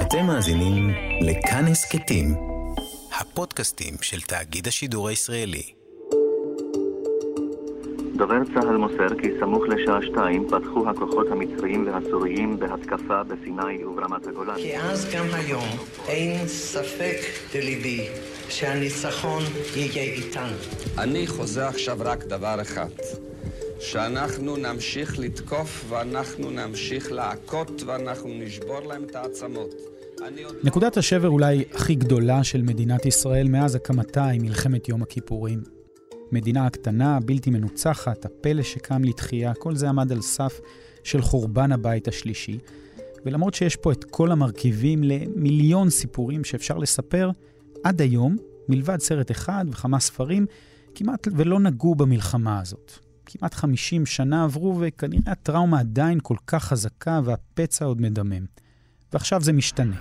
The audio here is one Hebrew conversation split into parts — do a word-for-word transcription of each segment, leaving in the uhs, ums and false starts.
אתם מאזינים לכאן הסכתים, הפודקאסטים של תאגיד השידור הישראלי. דובר צהל מוסר כי סמוך לשעה שתיים פתחו הכוחות המצריים והסוריים בהתקפה בסיני וברמת הגולן. כי אז גם היום אין ספק בליבי שהניצחון יהיה איתנו. אני חוזר עכשיו רק דבר אחד, שאנחנו נמשיך לתקוף ואנחנו נמשיך להכות ואנחנו נשבור להם את העצמות. נקודת השבר אולי הכי גדולה של מדינת ישראל מאז הקמתה היא מלחמת יום הכיפורים. מדינה הקטנה, בלתי מנוצחת, הפלא שקם לתחייה, כל זה עמד על סף של חורבן הבית השלישי. ולמרות שיש פה את כל המרכיבים למיליון סיפורים שאפשר לספר, עד היום, מלבד סרט אחד וכמה ספרים, כמעט ולא נגעו במלחמה הזאת. כמעט חמישים שנה עברו וכנראה הטראומה עדיין כל כך חזקה והפצע עוד מדמם. ועכשיו זה משתנה.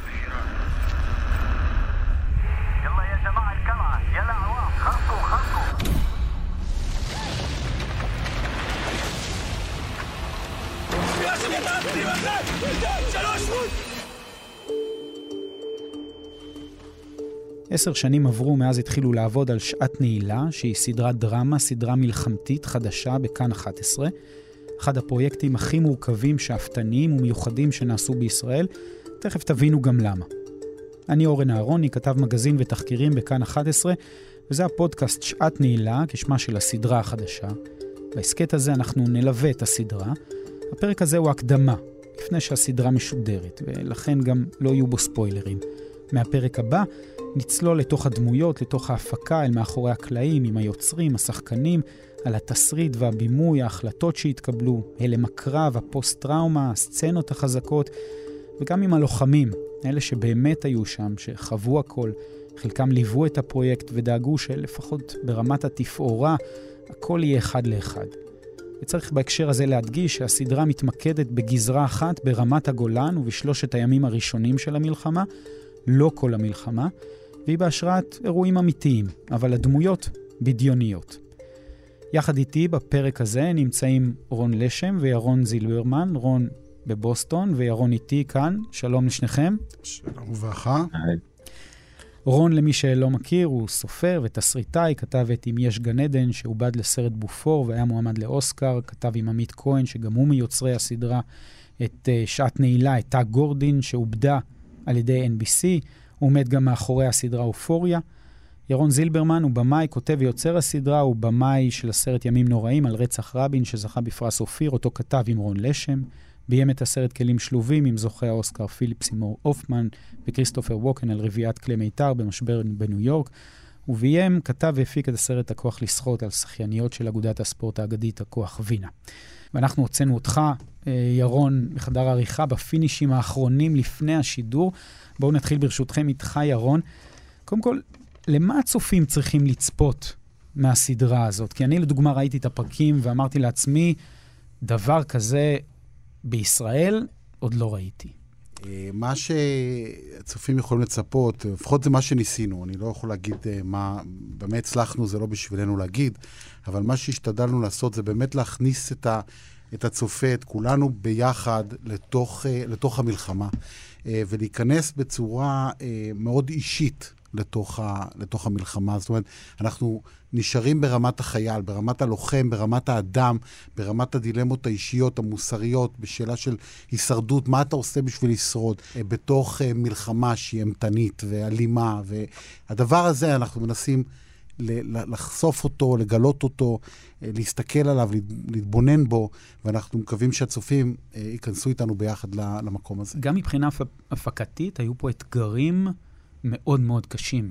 עשר שנים עברו מאז התחילו לעבוד על שעת נעילה, שהיא סדרת דרמה, סדרה מלחמתית חדשה בכאן אחת עשרה. אחד הפרויקטים הכי מורכבים, שאפתניים ומיוחדים שנעשו בישראל. תכף תבינו גם למה. אני אורן אהרוני, כתב מגזין ותחקירים בכאן אחת עשרה, וזה הפודקאסט שעת נעילה, כשמה של הסדרה החדשה. בהסקט הזה אנחנו נלווה את הסדרה. הפרק הזה הוא הקדמה, לפני שהסדרה משודרת, ולכן גם לא יהיו בו ספוילרים. מהפרק הבא נצלול לתוך הדמויות, לתוך ההפקה, אל מאחורי הקלעים, עם היוצרים, השחקנים, על התסריט והבימוי, ההחלטות שהתקבלו, הלם הקרב, הפוסט-טראומה, הסצנות החזקות, וגם עם הלוחמים, אלה שבאמת היו שם, שחוו הכל, חלקם ליוו את הפרויקט ודאגו שלפחות ברמת התפאורה, הכל יהיה אחד לאחד. וצריך בהקשר הזה להדגיש שהסדרה מתמקדת בגזרה אחת ברמת הגולן ובשלושת הימים הראשונים של המלחמה, לא כל המלחמה, והיא בהשראת אירועים אמיתיים, אבל הדמויות בדיוניות. יחד איתי בפרק הזה נמצאים רון לשם וירון זילברמן, רון בבוסטון וירון איתי כאן. שלום לשניכם. שלום וברכה. רון, למי שלא מכיר, הוא סופר ותסריטאי, כתב את אם יש גן עדן שעובד לסרט בופור והיה מועמד לאוסקר, כתב עם עמית כהן שגם הוא מיוצרי הסדרה, את uh, שעת נעילה, את טאג גורדין שעובדה על ידי אן בי סי, הוא עומד גם מאחורי הסדרה אופוריה. ירון זילברמן הוא במאי, כותב ויוצר הסדרה, הוא במאי של הסרט ימים נוראים על רצח רבין שזכה בפרס אופיר, אותו כתב עם רון לשם, ביים את הסרט כלים שלובים עם זוכי האוסקר פיליפ סימור אופמן וכריסטופר ווקן על רביעת כלי מיתר במשבר בניו יורק, וביים, כתב והפיק את הסרט הכוח לשחות על שחייניות של אגודת הספורט האגדית הכוח וינה. ואנחנו הוצאנו אותך, ירון, בחדר העריכה, בפינישים האחרונים לפני השידור. בואו נתחיל ברשותכם איתך, ירון. קודם כל, למה הצופים צריכים לצפות מהסדרה הזאת? כי אני לדוגמה ראיתי את הפרקים ואמרתי לעצמי, דבר כזה בישראל עוד לא ראיתי. מה שהצופים יכולים לצפות, לפחות זה מה שניסינו, אני לא יכול להגיד מה באמת הצלחנו, זה לא בשבילנו להגיד, אבל מה שהשתדלנו לעשות זה באמת להכניס את, ה, את הצופה, את כולנו ביחד לתוך, לתוך המלחמה, ולהיכנס בצורה מאוד אישית לתוך, ה, לתוך המלחמה. זאת אומרת, אנחנו נשארים ברמת החייל, ברמת הלוחם, ברמת האדם, ברמת הדילמות האישיות, המוסריות, בשאלה של הישרדות, מה אתה עושה בשביל לשרוד, בתוך מלחמה שהיא אמתנית ואלימה, והדבר הזה אנחנו מנסים לחשוף אותו, לגלות אותו, להסתכל עליו, להתבונן בו, ואנחנו מקווים שהצופים ייכנסו איתנו ביחד למקום הזה. גם מבחינה הפקתית היו פה אתגרים מאוד מאוד קשים.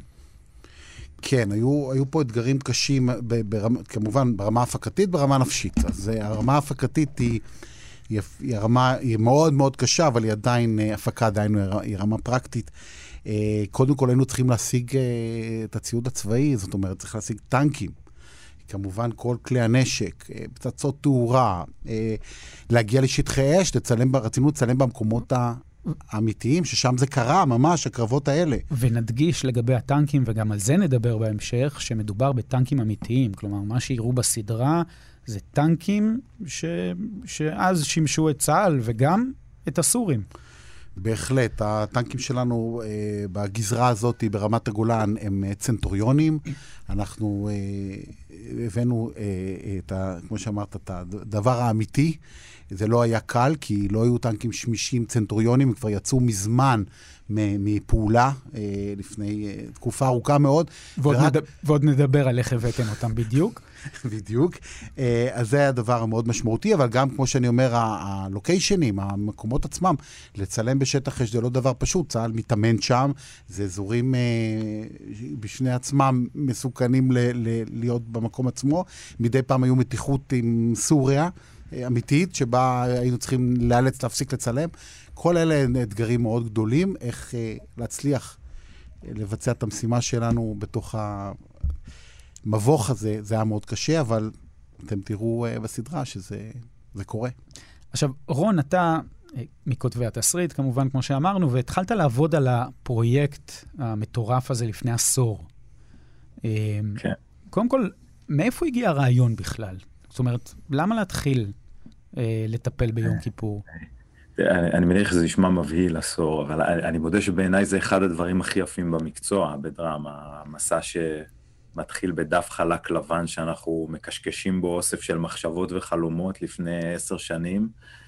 כן, היו, היו פה אתגרים קשים, ברמה, כמובן ברמה הפקתית, ברמה נפשית. אז הרמה הפקתית היא, היא, היא, הרמה, היא מאוד מאוד קשה, אבל היא עדיין, הפקה עדיין היא רמה פרקטית. קודם כל היינו צריכים להשיג את הציוד הצבאי, זאת אומרת, צריך להשיג טנקים. כמובן כל כלי הנשק, פצצות תאורה, להגיע לשטחי אש, לצלם, רצינו לצלם במקומות ה... האמיתיים, ששם זה קרה ממש, הקרבות האלה. ונדגיש לגבי הטנקים, וגם על זה נדבר בהמשך, שמדובר בטנקים אמיתיים. כלומר, מה שיראו בסדרה זה טנקים ש... שאז שימשו את צה"ל וגם את הסורים. בהחלט, הטנקים שלנו אה, בגזרה הזאת ברמת הגולן הם אה, צנטוריונים. אנחנו אה, הבאנו, אה, את ה, כמו שאמרת, את הדבר האמיתי. זה לא היה קל, כי לא היו טנקים שמישים צנטוריונים, הם כבר יצאו מזמן מפעולה, אה, לפני אה, תקופה ארוכה מאוד. ועוד, ורק... נד... ועוד נדבר על איך הבאתם אותם בדיוק. בדיוק. אז זה הדבר המאוד משמעותי, אבל גם, כמו שאני אומר, הלוקיישנים, המקומות עצמם, לצלם בשטח אש זה לא דבר פשוט. צה"ל מתאמן שם, זה אזורים בשני עצמם מסוכנים להיות במקום עצמו. מדי פעם היו מתיחות עם סוריה אמיתית, שבה היינו צריכים לאלץ להפסיק לצלם. כל אלה אתגרים מאוד גדולים, איך להצליח לבצע את המשימה שלנו בתוך ה... מבוך הזה, זה היה מאוד קשה, אבל אתם תראו uh, בסדרה שזה זה קורה. עכשיו, רון, אתה מכותבי התסריט, כמובן, כמו שאמרנו, והתחלת לעבוד על הפרויקט המטורף הזה לפני עשור. כן. קודם כל, מאיפה הגיע הרעיון בכלל? זאת אומרת, למה להתחיל uh, לטפל ביום כיפור? אני, אני מניח שזה נשמע מבהיל עשור, אבל אני, אני מודה שבעיניי זה אחד הדברים הכי יפים במקצוע, בדרמה, המסע ש... מתחיל בדף חלק לבן שאנחנו מקשקשים בו אוסף של מחשבות וחלומות לפני עשר שנים,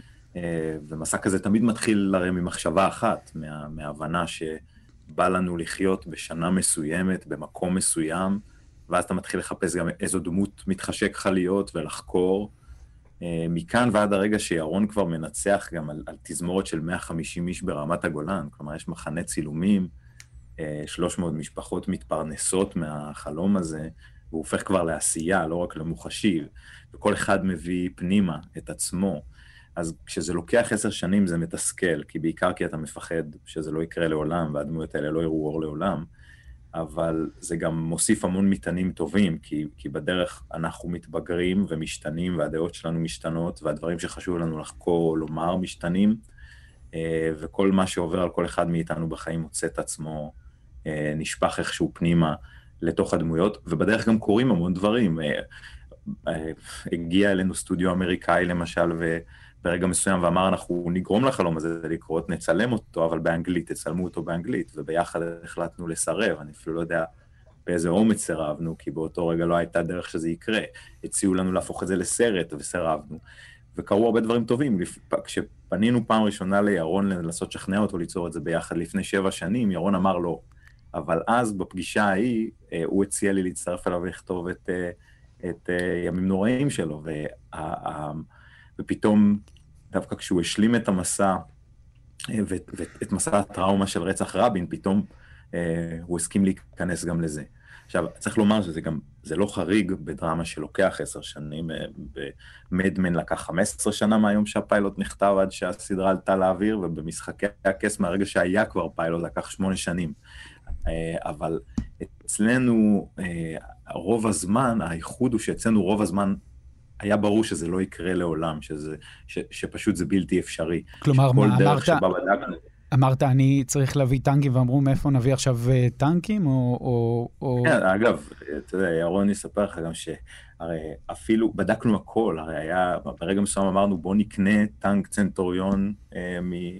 ומסע כזה תמיד מתחיל הרי ממחשבה אחת, מה, מההבנה שבא לנו לחיות בשנה מסוימת, במקום מסוים, ואז אתה מתחיל לחפש גם איזו דמות מתחשק לך להיות ולחקור. מכאן ועד הרגע שירון כבר מנצח גם על, על תזמורת של מאה וחמישים איש ברמת הגולן, כלומר יש מחנה צילומים, שלוש מאות משפחות מתפרנסות מהחלום הזה, והוא הופך כבר לעשייה, לא רק למוחשי, וכל אחד מביא פנימה את עצמו. אז כשזה לוקח עשר שנים זה מתסכל, כי בעיקר כי אתה מפחד שזה לא יקרה לעולם, והדמויות האלה לא יראו אור לעולם, אבל זה גם מוסיף המון מטענים טובים, כי, כי בדרך אנחנו מתבגרים ומשתנים, והדעות שלנו משתנות, והדברים שחשוב לנו לחקור או לומר משתנים, וכל מה שעובר על כל אחד מאיתנו בחיים מוצא את עצמו, נשפח איכשהו פנימה לתוך הדמויות, ובדרך גם קורים המון דברים. הגיע אלינו סטודיו אמריקאי למשל, וברגע מסוים ואמר, אנחנו נגרום לחלום הזה לקרות, נצלם אותו, אבל באנגלית, תצלמו אותו באנגלית, וביחד החלטנו לסרב, אני אפילו לא יודע באיזה אומץ סרבנו, כי באותו רגע לא הייתה דרך שזה יקרה. הציעו לנו להפוך את זה לסרט, וסרבנו. וקרו הרבה דברים טובים. כשפנינו פעם ראשונה לירון לנסות שכנע אותו ליצור את זה ביחד לפני שבע שנים, ירון אמר לא. אבל אז בפגישה ההיא, הוא הציע לי להצטרף אליו ולכתוב את, את ימים נוראים שלו, וה, ופתאום, דווקא כשהוא השלים את המסע, ואת, ואת מסע הטראומה של רצח רבין, פתאום הוא הסכים להיכנס גם לזה. עכשיו, צריך לומר שזה גם, זה לא חריג בדרמה שלוקח עשר שנים, במדמן לקח חמש עשרה שנה מהיום שהפיילוט נכתב עד שהסדרה עלתה לאוויר, ובמשחקי הכס מהרגע שהיה כבר פיילוט לקח שמונה שנים. אבל אצלנו רוב הזמן, האיחוד הוא שאצלנו רוב הזמן היה ברור שזה לא יקרה לעולם, שזה, ש, שפשוט זה בלתי אפשרי. כלומר, מה אמרת? בדקנו, אמרת, אני צריך להביא טנקים, ואמרו, מאיפה נביא עכשיו טנקים, או... או, או... כן, אגב, אתה יודע, ירון יספר לך גם שהרי אפילו בדקנו הכל, הרי היה, ברגע מסוים אמרנו, בוא נקנה טנק צנטוריון אה,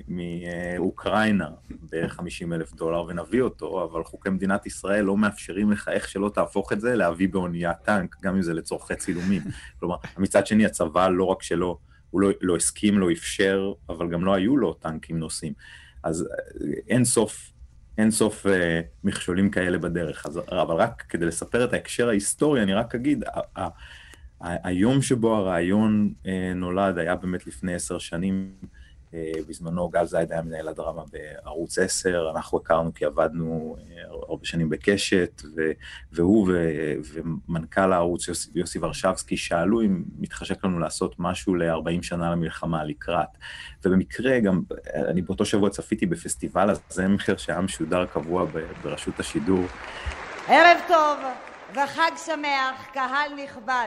מאוקראינה ב-חמישים אלף דולר, ונביא אותו, אבל חוקי מדינת ישראל לא מאפשרים לך איך שלא תהפוך את זה, להביא באונייה טנק, גם אם זה לצורכי צילומים. כלומר, מצד שני, הצבא לא רק שלא, הוא לא, לא הסכים, לא אפשר, אבל גם לא היו לו טנקים נוסעים. אז אין סוף, אין סוף אה, מכשולים כאלה בדרך. אז, אבל רק כדי לספר את ההקשר ההיסטורי, אני רק אגיד, ה- ה- ה- היום שבו הרעיון אה, נולד היה באמת לפני עשר שנים, אה, בזמנו גל זייד היה מנהל הדרמה בערוץ עשר, אנחנו הכרנו כי עבדנו אה, הרבה שנים בקשת, ו- והוא ו- ומנכ"ל הערוץ יוסי, יוסי ורשבסקי שאלו אם מתחשק לנו לעשות משהו ל-ארבעים שנה למלחמה לקראת. ובמקרה גם, אני באותו שבוע צפיתי בפסטיבל הזמר שהיה משודר קבוע ברשות השידור. ערב טוב וחג שמח, קהל נכבד.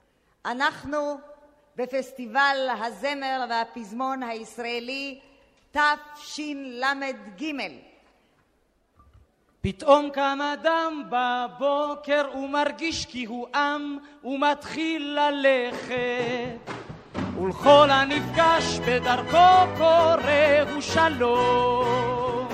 אנחנו בפסטיבל הזמר והפזמון הישראלי תשל"ג. פתאום קם אדם בבוקר ומרגיש כי הוא עם ומתחיל ללכת, ולכל הנפגש בדרכו קורא ושלום.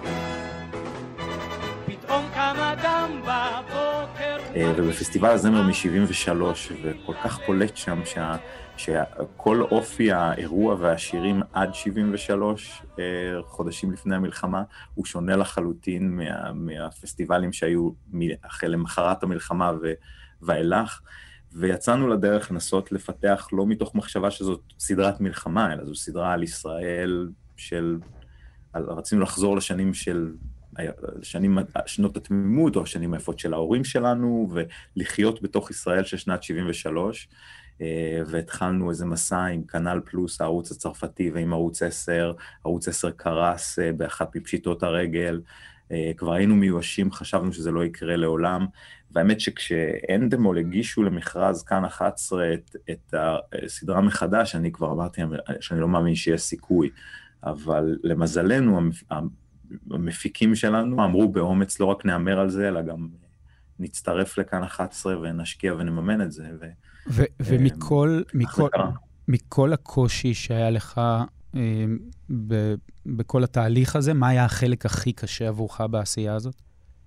פתאום קם אדם בבוקר. ובפסטיבל הזמר מ-שבעים ושלוש, וכל כך קולט שם שה... שכל אופי האירוע והשירים עד שבעים ושלוש חודשים לפני המלחמה הוא שונה לחלוטין מה, מהפסטיבלים שהיו אחרי למחרת המלחמה ו, ואילך, ויצאנו לדרך לנסות לפתח לא מתוך מחשבה שזאת סדרת מלחמה, אלא זו סדרה על ישראל של, רצינו לחזור לשנים של, שנים, שנות התמימות או השנים היפות של ההורים שלנו, ולחיות בתוך ישראל של שנת שבעים ושלוש, והתחלנו איזה מסע עם קנל פלוס, הערוץ הצרפתי, ועם ערוץ עשר, ערוץ עשר קרס באחת מפשיטות הרגל, כבר היינו מיואשים, חשבנו שזה לא יקרה לעולם, והאמת שכשאנדמול הגישו למכרז כאן אחת עשרה את, את הסדרה מחדש, אני כבר אמרתי שאני לא מאמין שיש סיכוי, אבל למזלנו, המפיקים שלנו אמרו באומץ, לא רק נאמר על זה, אלא גם נצטרף לכאן אחת עשרה ונשקיע ונממן את זה, ו... ו- ומכל מכל, מכל הקושי שהיה לך אה, ב- בכל התהליך הזה, מה היה החלק הכי קשה עבורך בעשייה הזאת?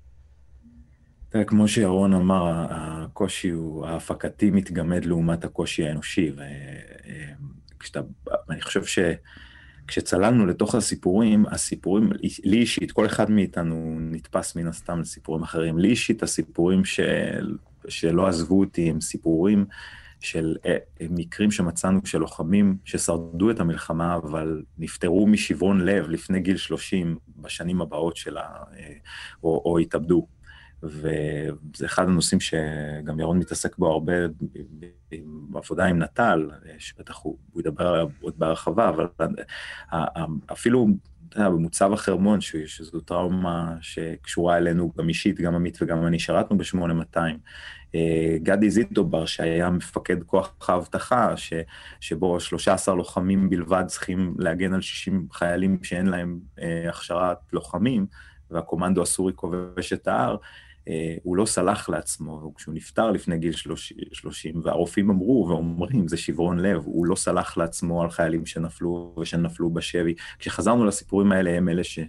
תראה, כמו שירון אמר, הקושי הוא, ההפקתי מתגמד לעומת הקושי האנושי, וכשאתה, אני חושב ש... כשצללנו לתוך הסיפורים, הסיפורים, לי אישית, כל אחד מאיתנו נתפס מן הסתם לסיפורים אחרים. לי אישית, הסיפורים של, שלא עזבו אותי הם סיפורים של מקרים שמצאנו של לוחמים ששרדו את המלחמה, אבל נפטרו משברון לב לפני גיל שלושים בשנים הבאות שלה, או, או התאבדו. וזה אחד הנושאים שגם ירון מתעסק בו הרבה בעבודה עם נטל, שבטח הוא, הוא ידבר עוד בהרחבה, אבל אפילו במוצב החרמון, שזו טראומה שקשורה אלינו גם אישית, גם עמית וגם אני, שרתנו ב-שמונה מאתיים, גדי זיטובר, שהיה מפקד כוח האבטחה, שבו שלושה עשר לוחמים בלבד צריכים להגן על שישים חיילים שאין להם הכשרת לוחמים, והקומנדו הסורי כובש את ההר, הוא לא סלח לעצמו, כשהוא נפטר לפני גיל שלושים, והרופאים אמרו ואומרים, זה שברון לב, הוא לא סלח לעצמו על חיילים שנפלו ושנפלו בשבי. כשחזרנו לסיפורים האלה, הם אלה ש...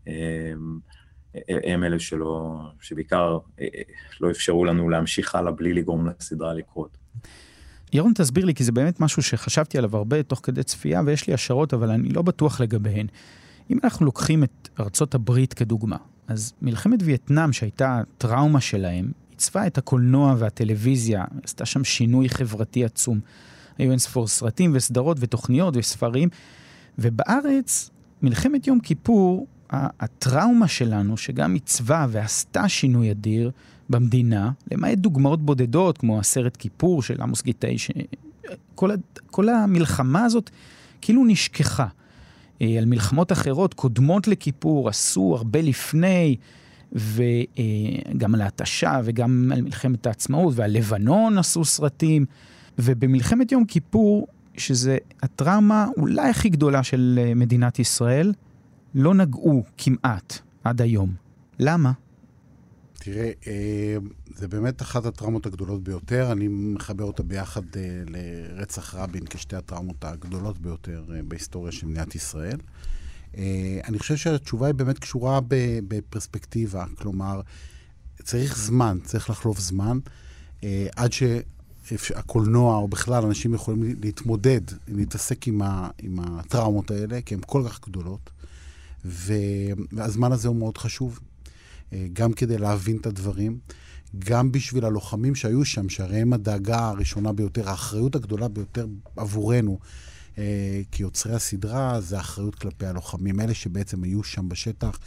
הם אלה שלא, שבעיקר לא אפשרו לנו להמשיך הלאה בלי לגרום לסדרה לקרות. ירון, תסביר לי, כי זה באמת משהו שחשבתי עליו הרבה תוך כדי צפייה, ויש לי השערות, אבל אני לא בטוח לגביהן. אם אנחנו לוקחים את ארצות הברית כדוגמה, אז מלחמת וייטנאם שהייתה טראומה שלהם, עיצבה את הקולנוע והטלוויזיה, עשתה שם שינוי חברתי עצום. היו אין ספור סרטים וסדרות ותוכניות וספרים, ובארץ מלחמת יום כיפור, הטראומה שלנו שגם עיצבה ועשתה שינוי אדיר במדינה, למעט דוגמאות בודדות כמו הסרט כיפור של עמוס גיטאי, כל, כל המלחמה הזאת כאילו נשכחה. על מלחמות אחרות, קודמות לכיפור, עשו הרבה לפני, וגם על ההתשה וגם על מלחמת העצמאות, ועל לבנון עשו סרטים, ובמלחמת יום כיפור, שזה הטראומה אולי הכי גדולה של מדינת ישראל, לא נגעו כמעט עד היום. למה? תראה, זה באמת אחת הטראומות הגדולות ביותר, אני מחבר אותה ביחד לרצח רבין כשתי הטראומות הגדולות ביותר בהיסטוריה של מדינת ישראל. אני חושב שהתשובה היא באמת קשורה בפרספקטיבה, כלומר, צריך זמן, צריך לחלוף זמן, עד שהקולנוע או בכלל אנשים יכולים להתמודד, להתעסק עם, ה, עם הטראומות האלה, כי הן כל כך גדולות, והזמן הזה הוא מאוד חשוב. גם כדי להבין את הדברים, גם בשביל הלוחמים שהיו שם, שהרי הם הדאגה הראשונה ביותר, האחריות הגדולה ביותר עבורנו, כי יוצרי הסדרה, זה האחריות כלפי הלוחמים, אלה שבעצם היו שם בשטח,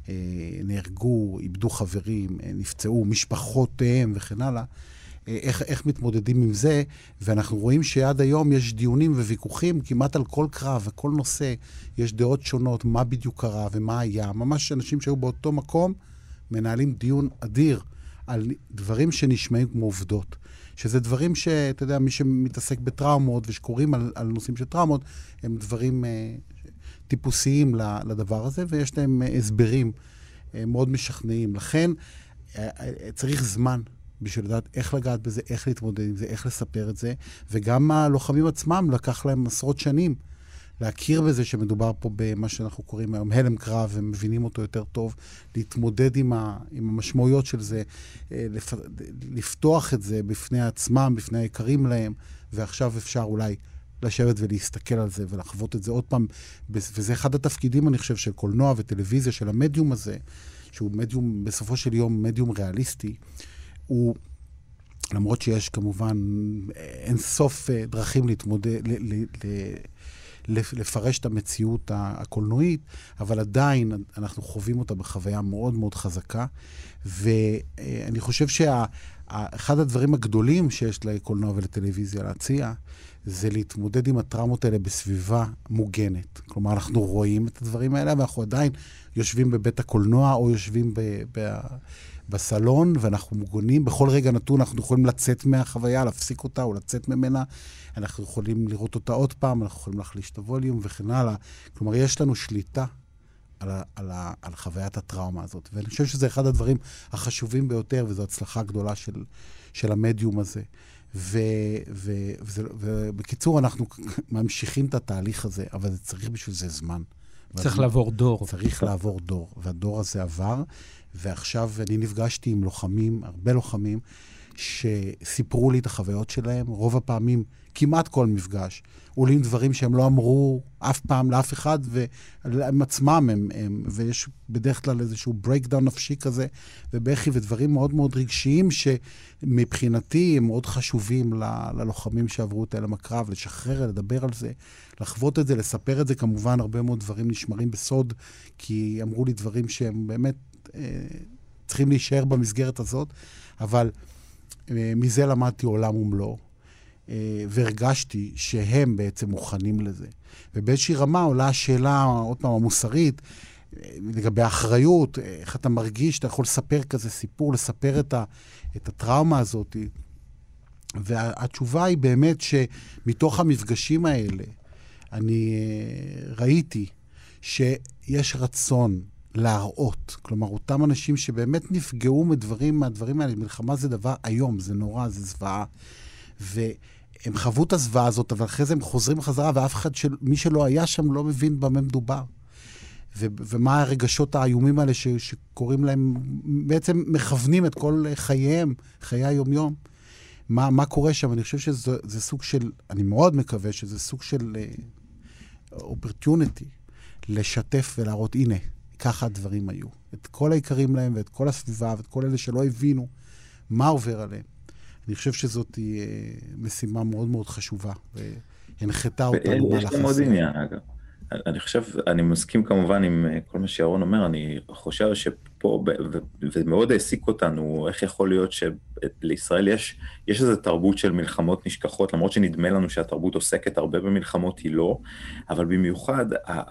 נהרגו, איבדו חברים, נפצעו, משפחותיהם וכן הלאה, איך, איך מתמודדים עם זה, ואנחנו רואים שעד היום יש דיונים וויכוחים כמעט על כל קרב וכל נושא, יש דעות שונות, מה בדיוק קרה ומה היה, ממש אנשים שהיו באותו מקום, מנהלים דיון אדיר על דברים שנשמעים כמו עובדות, שזה דברים שאתה יודע, מי שמתעסק בטראומות ושקוראים על, על נושאים של טראומות, הם דברים אה, טיפוסיים לדבר הזה, ויש להם הסברים אה, מאוד משכנעים. לכן, אה, צריך זמן, בשביל לדעת איך לגעת בזה, איך להתמודד עם זה, איך לספר את זה, וגם הלוחמים עצמם לקח להם עשרות שנים להכיר בזה שמדובר פה במה שאנחנו קוראים היום הלם קרב, והם מבינים אותו יותר טוב, להתמודד עם, ה, עם המשמעויות של זה, לפ, לפתוח את זה בפני עצמם, בפני היקרים להם, ועכשיו אפשר אולי לשבת ולהסתכל על זה ולחוות את זה עוד פעם, וזה אחד התפקידים, אני חושב, של קולנוע וטלוויזיה, של המדיום הזה, שהוא מדיום, בסופו של יום, מדיום ריאליסטי, הוא, למרות שיש כמובן אין סוף דרכים להתמודד, ל, ל, ל, לפרש את המציאות הקולנועית, אבל עדיין אנחנו חווים אותה בחוויה מאוד מאוד חזקה, ואני חושב שאחד הדברים הגדולים שיש לקולנוע ולטלוויזיה להציע, זה להתמודד עם הטראומות האלה בסביבה מוגנת. כלומר, אנחנו רואים את הדברים האלה, ואנחנו עדיין יושבים בבית הקולנוע, או יושבים ב... ב בסלון, ואנחנו מוגנים. בכל רגע נתון אנחנו יכולים לצאת מהחוויה, להפסיק אותה או לצאת ממנה. אנחנו יכולים לראות אותה עוד פעם, אנחנו יכולים להחליש את הווליום וכן הלאה. כלומר, יש לנו שליטה על, ה, על, ה, על חוויית הטראומה הזאת. ואני חושב שזה אחד הדברים החשובים ביותר, וזו הצלחה גדולה של, של המדיום הזה. ו, ו, וזה, ובקיצור, אנחנו ממשיכים את התהליך הזה, אבל זה צריך בשביל זה זמן. צריך לעבור דור. צריך לעבור דור, והדור הזה עבר. ועכשיו אני נפגשתי עם לוחמים, הרבה לוחמים, שסיפרו לי את החוויות שלהם. רוב הפעמים, כמעט כל מפגש, עולים דברים שהם לא אמרו אף פעם לאף אחד, והם עצמם, הם, הם, ויש בדרך כלל איזשהו breakdown נפשי כזה, ובכי ודברים מאוד מאוד רגשיים, שמבחינתי הם מאוד חשובים ל, ללוחמים שעברו את הלם הקרב, לשחרר, לדבר על זה, לחוות את זה, לספר את זה. כמובן, הרבה מאוד דברים נשמרים בסוד, כי אמרו לי דברים שהם באמת צריכים להישאר במסגרת הזאת, אבל מזה למדתי עולם ומלואו, והרגשתי שהם בעצם מוכנים לזה. ובאיזושהי רמה עולה השאלה, עוד פעם, המוסרית, לגבי האחריות, איך אתה מרגיש, אתה יכול לספר כזה סיפור, לספר את, ה, את הטראומה הזאת. והתשובה היא באמת שמתוך המפגשים האלה, אני ראיתי שיש רצון להראות. כלומר, אותם אנשים שבאמת נפגעו מדברים, מהדברים האלה, מלחמה זה דבר היום, זה נורא, זה זוועה. והם חוו את הזוועה הזאת, אבל אחרי זה הם חוזרים בחזרה, ואף אחד, של, מי שלא היה שם, לא מבין במה מדובר. ו- ומה הרגשות האיומים האלה ש- שקוראים להם, בעצם מכוונים את כל חייהם, חיי היום-יום. מה, מה קורה שם? אני חושב שזה זה סוג של, אני מאוד מקווה שזה סוג של uh, opportunity לשתף ולהראות, הנה, ככה הדברים היו. את כל העיקרים להם ואת כל הסביבה ואת כל אלה שלא הבינו מה עובר עליהם. אני חושב שזאת היא משימה מאוד מאוד חשובה, והנחתה אותנו יש גם עוד עניין, אגב. אני חושב, אני מסכים כמובן עם כל מה שירון אומר, אני חושב שפה, ומאוד העסיק אותנו, איך יכול להיות שלישראל יש, יש איזו תרבות של מלחמות נשכחות, למרות שנדמה לנו שהתרבות עוסקת הרבה במלחמות, היא לא, אבל במיוחד,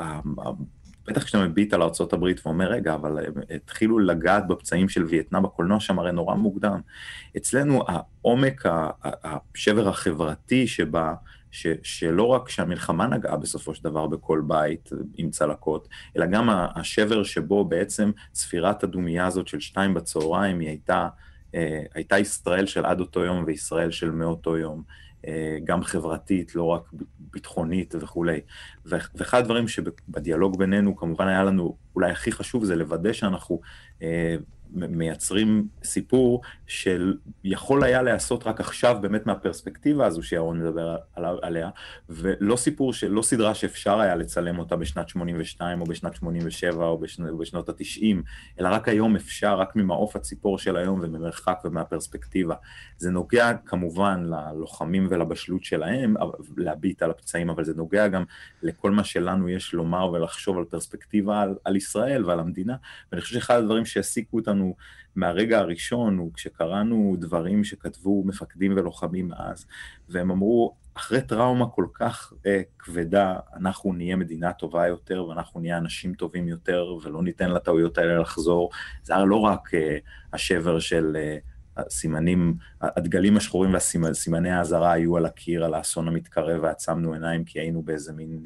בטח כשאתה מביט על ארצות הברית ואומר, רגע, אבל התחילו לגעת בפצעים של וייטנאם, בקולנוע שם הרי נורא מוקדם. אצלנו העומק, השבר החברתי שבה, ש, שלא רק שהמלחמה נגעה בסופו של דבר בכל בית עם צלקות, אלא גם השבר שבו בעצם ספירת הדומייה הזאת של שתיים בצהריים, היא הייתה, הייתה ישראל של עד אותו יום וישראל של מאותו יום. גם חברתית, לא רק ביטחונית וכולי. ואחד הדברים שבדיאלוג בינינו, כמובן היה לנו, אולי הכי חשוב, זה לוודא שאנחנו מייצרים סיפור של יכול היה לעשות רק עכשיו באמת מהפרספקטיבה הזו שירון מדבר עליה, ולא סיפור, לא סדרה שאפשר היה לצלם אותה בשנת שמונים ושתיים או בשנת שמונים ושבע או בשנות ה-תשעים, אלא רק היום אפשר, רק ממעוף הציפור של היום וממרחק ומהפרספקטיבה. זה נוגע כמובן ללוחמים ולבשלות שלהם, להביט על הפצעים, אבל זה נוגע גם לכל מה שלנו יש לומר ולחשוב על פרספקטיבה על, על ישראל ועל המדינה, ואני חושב שאחד הדברים שהעסיקו אותנו מהרגע הראשון, הוא כשקראנו דברים שכתבו מפקדים ולוחמים אז, והם אמרו, אחרי טראומה כל כך אה, כבדה, אנחנו נהיה מדינה טובה יותר, ואנחנו נהיה אנשים טובים יותר, ולא ניתן לטעויות האלה לחזור. זה היה לא רק אה, השבר של אה, הסימנים, הדגלים השחורים והסימני ההזרה היו על הקיר, על האסון המתקרב, ועצמנו עיניים, כי היינו באיזה מין אה,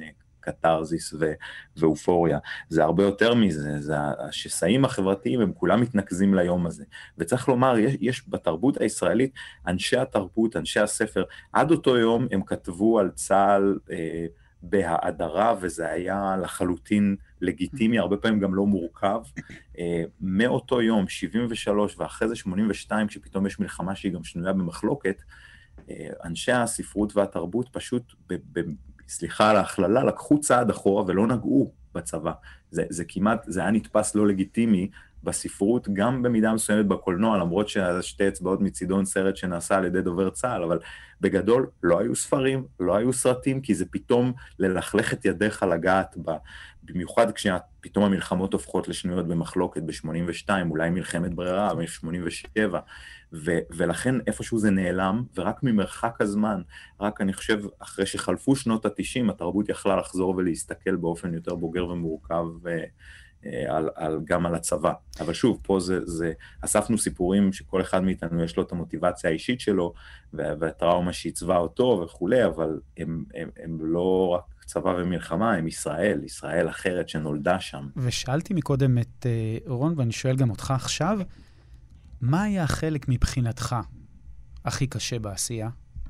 קטרזיס ו- ואופוריה. זה הרבה יותר מזה, זה השסעים החברתיים, הם כולם מתנקזים ליום הזה. וצריך לומר, יש, יש בתרבות הישראלית, אנשי התרבות, אנשי הספר, עד אותו יום הם כתבו על צה"ל אה, בהאדרה, וזה היה לחלוטין לגיטימי, הרבה פעמים גם לא מורכב. אה, מאותו יום, שבעים ושלוש, ואחרי זה שמונים ושתיים, כשפתאום יש מלחמה שהיא גם שנויה במחלוקת, אה, אנשי הספרות והתרבות פשוט, ב- ב- סליחה על ההכללה, לקחו צעד אחורה ולא נגעו בצבא. זה, זה כמעט, זה היה נתפס לא לגיטימי בספרות, גם במידה מסוימת בקולנוע, למרות שהשתי אצבעות מצידון סרט שנעשה על ידי דובר צה"ל, אבל בגדול לא היו ספרים, לא היו סרטים, כי זה פתאום ללכלך את ידיך לגעת בה, במיוחד כשפתאום המלחמות הופכות לשנויות במחלוקת ב-שמונים ושתיים, אולי מלחמת ברירה, ב-שמונים ושבע, ו- ולכן איפשהו זה נעלם, ורק ממרחק הזמן, רק אני חושב, אחרי שחלפו שנות ה-תשעים, התרבות יכלה לחזור ולהסתכל באופן יותר בוגר ומורכב, ו- על, על, גם על הצבא. אבל שוב, פה זה, זה, אספנו סיפורים שכל אחד מאיתנו יש לו את המוטיבציה האישית שלו, והטראומה שעיצבה אותו וכולי, אבל הם, הם, הם לא רק צבא ומלחמה, הם ישראל, ישראל אחרת שנולדה שם. ושאלתי מקודם את רון, ואני שואל גם אותך עכשיו, מה היה החלק מבחינתך הכי קשה בעשייה?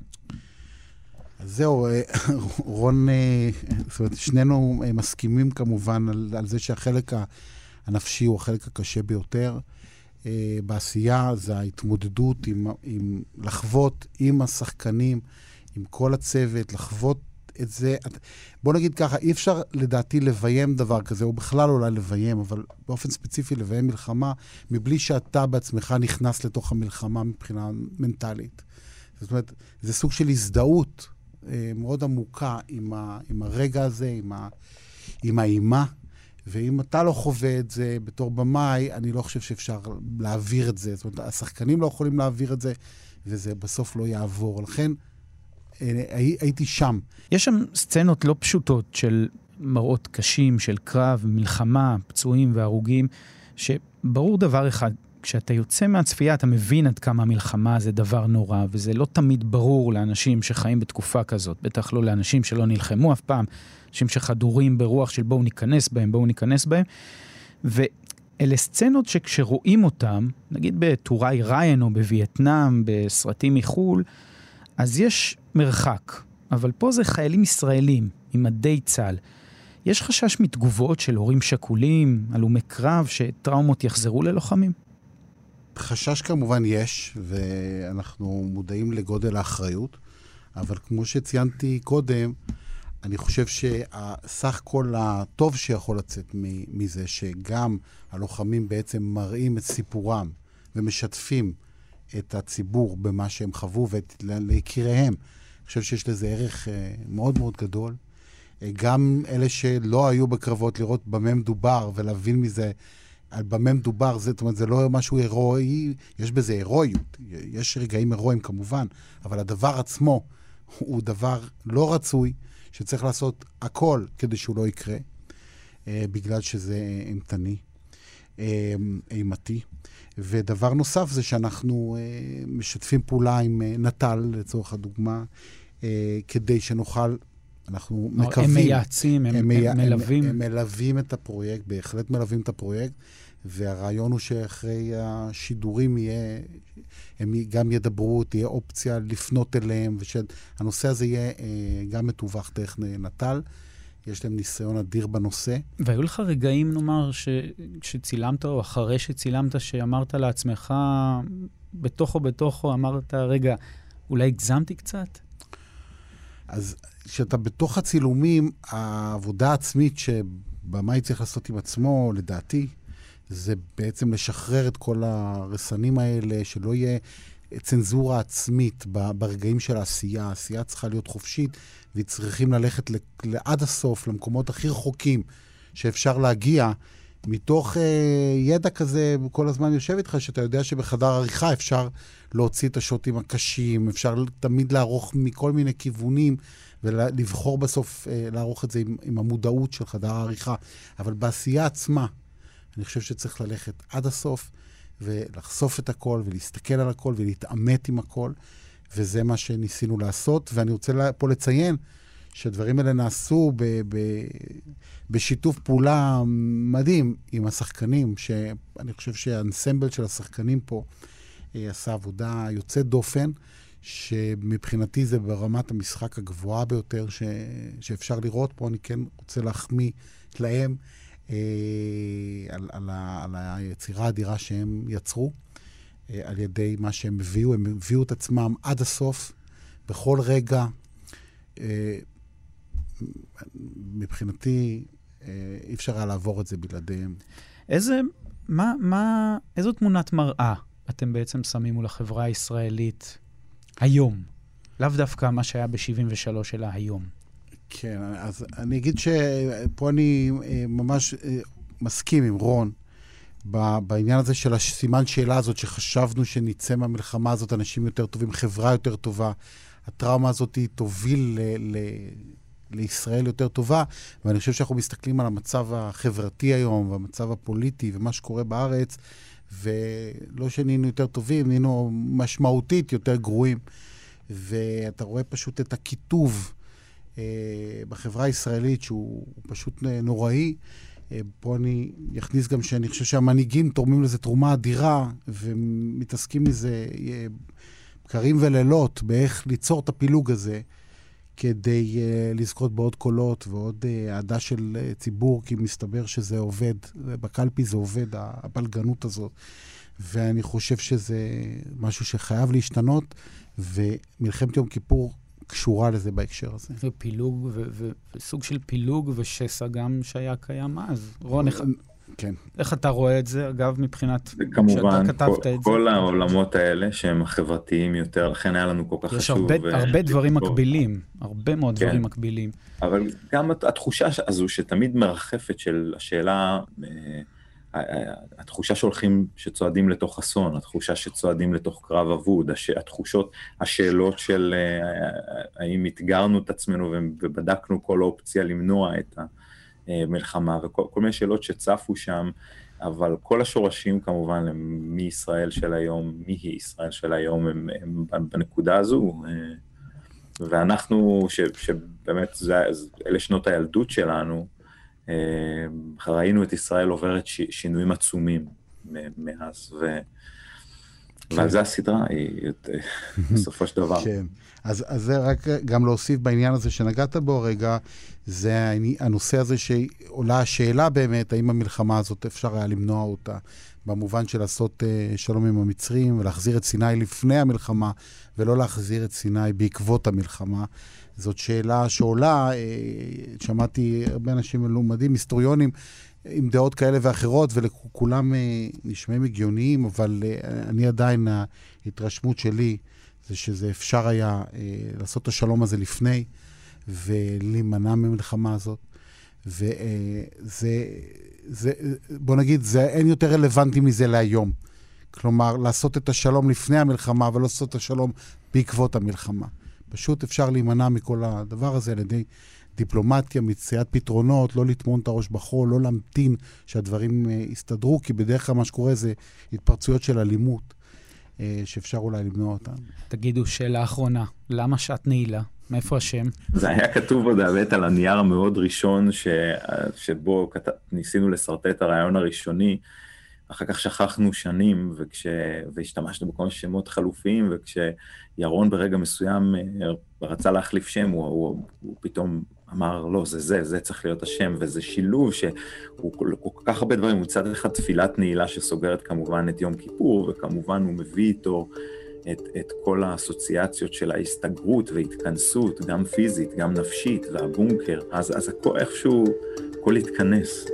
אז זהו, רון, זאת אומרת, שנינו מסכימים כמובן על, על זה שהחלק הנפשי הוא החלק הקשה ביותר. בעשייה זה ההתמודדות עם, עם לחוות עם השחקנים, עם כל הצוות, לחוות את זה. בוא נגיד ככה, אי אפשר לדעתי לביים דבר כזה, או בכלל אולי לביים, אבל באופן ספציפי לביים מלחמה, מבלי שאתה בעצמך נכנס לתוך המלחמה מבחינה מנטלית. זאת אומרת, זה סוג של הזדהות מאוד עמוקה עם, ה, עם הרגע הזה, עם, ה, עם האימה, ואם אתה לא חווה את זה בתור במאי, אני לא חושב שאפשר להעביר את זה. זאת אומרת, השחקנים לא יכולים להעביר את זה, וזה בסוף לא יעבור. לכן, הי, הייתי שם. יש שם סצנות לא פשוטות של מראות קשים, של קרב, מלחמה, פצועים והרוגים, שברור דבר אחד, כשאתה יוצא מהצפייה, אתה מבין עד כמה המלחמה זה דבר נורא, וזה לא תמיד ברור לאנשים שחיים בתקופה כזאת, בטח לא לאנשים שלא נלחמו אף פעם, אנשים שחדורים ברוח של בואו ניכנס בהם, בואו ניכנס בהם, ואלה סצנות שכשרואים אותם, נגיד בטוראי ריין או בווייטנאם, בסרטים מחול, אז יש מרחק, אבל פה זה חיילים ישראלים, עם מדי צה"ל. יש חשש מתגובות של הורים שכולים, הלומי קרב, שטראומות יחזרו ללוחמים? חשש כמובן יש, ואנחנו מודעים לגודל האחריות, אבל כמו שציינתי קודם, אני חושב שהסך כל הטוב שיכול לצאת מזה, שגם הלוחמים בעצם מראים את סיפורם, ומשתפים את הציבור במה שהם חוו, וליקיריהם. אני חושב שיש לזה ערך מאוד מאוד גדול. גם אלה שלא היו בקרבות, לראות במה מדובר, ולהבין מזה, על במה מדובר, זאת אומרת, זה לא משהו הירואי, יש בזה הירואיות, יש רגעים הירואיים כמובן, אבל הדבר עצמו הוא דבר לא רצוי, שצריך לעשות הכל כדי שהוא לא יקרה, אה, בגלל שזה אימתני, אה, אימתי. ודבר נוסף זה שאנחנו אה, משתפים פעולה עם אה, נטל, לצורך הדוגמה, אה, כדי שנוכל, אנחנו מקווים... הם מייעצים, הם, הם, הם מלווים. הם, הם מלווים את הפרויקט, בהחלט מלווים את הפרויקט, והרעיון הוא שאחרי השידורים יהיה, הם גם ידברו, תהיה אופציה לפנות אליהם, ושהנושא הזה יהיה גם מתווך דרך נטל. יש להם ניסיון אדיר בנושא. והיו לך רגעים, נאמר, ש... שצילמת, או אחרי שצילמת, שאמרת לעצמך, בתוכו בתוכו, אמרת, רגע, אולי הגזמתי קצת? אז כשאתה בתוך הצילומים, העבודה העצמית שבמה צריך לעשות עם עצמו, לדעתי, זה בעצם לשחרר את כל הרסנים האלה, שלא יהיה צנזורה עצמית ברגעים של העשייה. העשייה צריכה להיות חופשית, וצריכים ללכת לעד הסוף, למקומות הכי רחוקים שאפשר להגיע, מתוך אה, ידע כזה, כל הזמן יושב איתך, שאתה יודע שבחדר עריכה אפשר להוציא את השוטים הקשים, אפשר תמיד לערוך מכל מיני כיוונים, ולבחור בסוף אה, לערוך את זה עם, עם המודעות של חדר העריכה. אבל בעשייה עצמה, אני חושב שצריך ללכת עד הסוף, ולחשוף את הכל, ולהסתכל על הכל, ולהתאמת עם הכל, וזה מה שניסינו לעשות. ואני רוצה פה לציין, שהדברים האלה נעשו ב, ב, בשיתוף פעולה מדהים עם השחקנים, שאני חושב שהאנסמבל של השחקנים פה עשה עבודה יוצאת דופן, שמבחינתי זה ברמת המשחק הגבוהה ביותר ש, שאפשר לראות. פה אני כן רוצה להחמיא להם אה, על, על, ה, על היצירה האדירה שהם יצרו, אה, על ידי מה שהם הביאו. הם הביאו את עצמם עד הסוף, בכל רגע. אה, מבחינתי אה, אי אפשר היה לעבור את זה בלעדיהם. איזה, מה, מה, איזו תמונת מראה אתם בעצם שמים מול החברה הישראלית היום? לאו דווקא מה שהיה ב-שבעים ושלוש, אלא היום. כן, אז אני אגיד שפה אני ממש מסכים עם רון, בעניין הזה של הסימן שאלה הזאת, שחשבנו שנצא מהמלחמה הזאת אנשים יותר טובים, חברה יותר טובה. הטראומה הזאת תוביל ל- ל- לישראל יותר טובה, ואני חושב שאנחנו מסתכלים על המצב החברתי היום, והמצב הפוליטי, ומה שקורה בארץ, ולא שנהיינו יותר טובים, נהיינו משמעותית יותר גרועים. ואתה רואה פשוט את הכיתוב אה, בחברה הישראלית, שהוא פשוט נוראי. אה, פה אני יכניס גם שאני חושב שהמנהיגים תורמים לזה תרומה אדירה, ומתעסקים מזה אה, בקרים ולילות, באיך ליצור את הפילוג הזה, כדי uh, לזכות בעוד קולות ועוד העדה uh, של uh, ציבור, כי מסתבר שזה עובד, בקלפי זה עובד, הבלגנות הזאת. ואני חושב שזה משהו שחייב להשתנות, ומלחמת יום כיפור קשורה לזה בהקשר הזה. ופילוג, ו- ו- וסוג של פילוג ושסע גם שהיה קיים אז. רון, איך, כן. איך אתה רואה את זה? אגב, מבחינת כמובן, שאתה כתבת כל, את כל זה. העולמות האלה שהם חברתיים יותר, לכן היה לנו כל כך יש חשוב. הרבה, ו... הרבה דברים מקבילים, הרבה מאוד כן. דברים מקבילים. אבל גם התחושה הזו שתמיד מרחפת של השאלה, התחושה שהולכים, שצועדים לתוך אסון, התחושה שצועדים לתוך קרב אבוד, התחושות, השאלות של האם התגרנו את עצמנו ובדקנו כל אופציה למנוע את המלחמה, וכל כל מיני שאלות שצפו שם, אבל כל השורשים כמובן הם מי ישראל של היום, מי היא ישראל של היום, הם, הם בנקודה הזו, ואנחנו, ש, שבאמת זה, אלה שנות הילדות שלנו, ראינו את ישראל עוברת ש, שינויים עצומים מאז, ו... ועל זה הסדרה היא בסופו של דבר. כן, אז, אז זה רק גם להוסיף בעניין הזה שנגעת בו רגע, זה הנושא הזה שעולה השאלה באמת, האם המלחמה הזאת אפשר היה למנוע אותה, במובן של לעשות uh, שלום עם המצרים, ולהחזיר את סיני לפני המלחמה, ולא להחזיר את סיני בעקבות המלחמה. זאת שאלה שעולה, uh, שמעתי הרבה אנשים מלומדים, היסטוריונים, עם דעות כאלה ואחרות, ולכולם uh, נשמעים הגיוניים, אבל uh, אני עדיין, ההתרשמות שלי, זה שזה אפשר היה uh, לעשות את השלום הזה לפני, ולהימנע ממלחמה הזאת. וזה, זה, בוא נגיד, זה אין יותר רלוונטי מזה להיום. כלומר, לעשות את השלום לפני המלחמה, ולא לעשות את השלום בעקבות המלחמה. פשוט אפשר להימנע מכל הדבר הזה על ידי דיפלומטיה, מציאת פתרונות, לא לטמון את הראש בחול, לא להמתין שהדברים יסתדרו, כי בדרך כלל מה שקורה זה התפרצויות של אלימות, שאפשר אולי למנוע אותן. תגידו, שאלה אחרונה, למה שעת נעילה? מאיפה השם? זה היה כתוב עוד באמת על הנייר המאוד ראשון, ש... שבו כת... ניסינו לסרטט את הרעיון הראשוני, אחר כך שכחנו שנים, וכש... והשתמשנו בכל שמות חלופיים, וכשירון ברגע מסוים רצה להחליף שם, הוא, הוא, הוא פתאום אמר, לא, זה זה, זה צריך להיות השם, וזה שילוב שהוא כל, כל כך הרבה דברים, הוא צד אחד תפילת נעילה שסוגרת כמובן את יום כיפור, וכמובן הוא מביא איתו את, את כל האסוציאציות של ההסתגרות והתכנסות, גם פיזית, גם נפשית, והבונקר, אז, אז הכל, איכשהו, הכל התכנס.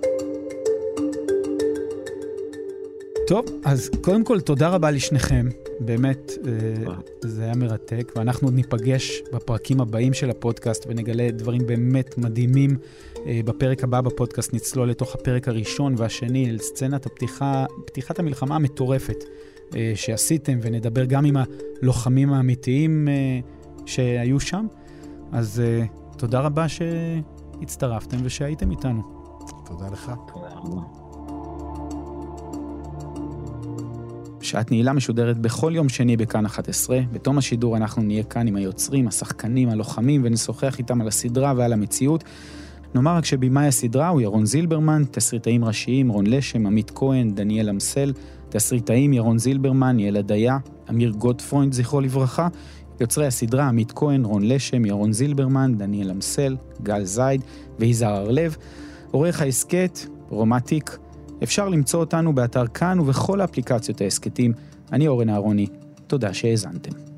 טוב, אז קודם כל תודה רבה לשניכם, באמת זה היה מרתק, ואנחנו עוד ניפגש בפרקים הבאים של הפודקאסט ונגלה דברים באמת מדהימים. בפרק הבא בפודקאסט נצלול לתוך הפרק הראשון והשני אל סצנת הפתיחה, פתיחת המלחמה המטורפת שעשיתם, ונדבר גם עם הלוחמים האמיתיים שהיו שם. אז תודה רבה שהצטרפתם ושהייתם איתנו. תודה לך. תודה רבה. שעת נעילה משודרת בכל יום שני בכאן אחת עשרה. בתום השידור אנחנו נהיה כאן עם היוצרים, השחקנים, הלוחמים, ונשוחח איתם על הסדרה ועל המציאות. נאמר רק שבימאי הסדרה הוא ירון זילברמן, תסריטאים ראשיים רון לשם, עמית כהן, דניאל אמסל, תסריטאים ירון זילברמן, יעל הדיה, אמיר גוטפרוינד, זכרו לברכה, יוצרי הסדרה עמית כהן, רון לשם, ירון זילברמן, דניאל אמסל, גל זייד ויזהר הרלב. עורך העסקת, רומטיק. אפשר למצוא אותנו באתר כאן ובכל האפליקציות העסקתים. אני אורן אהרוני, תודה שהאזנתם.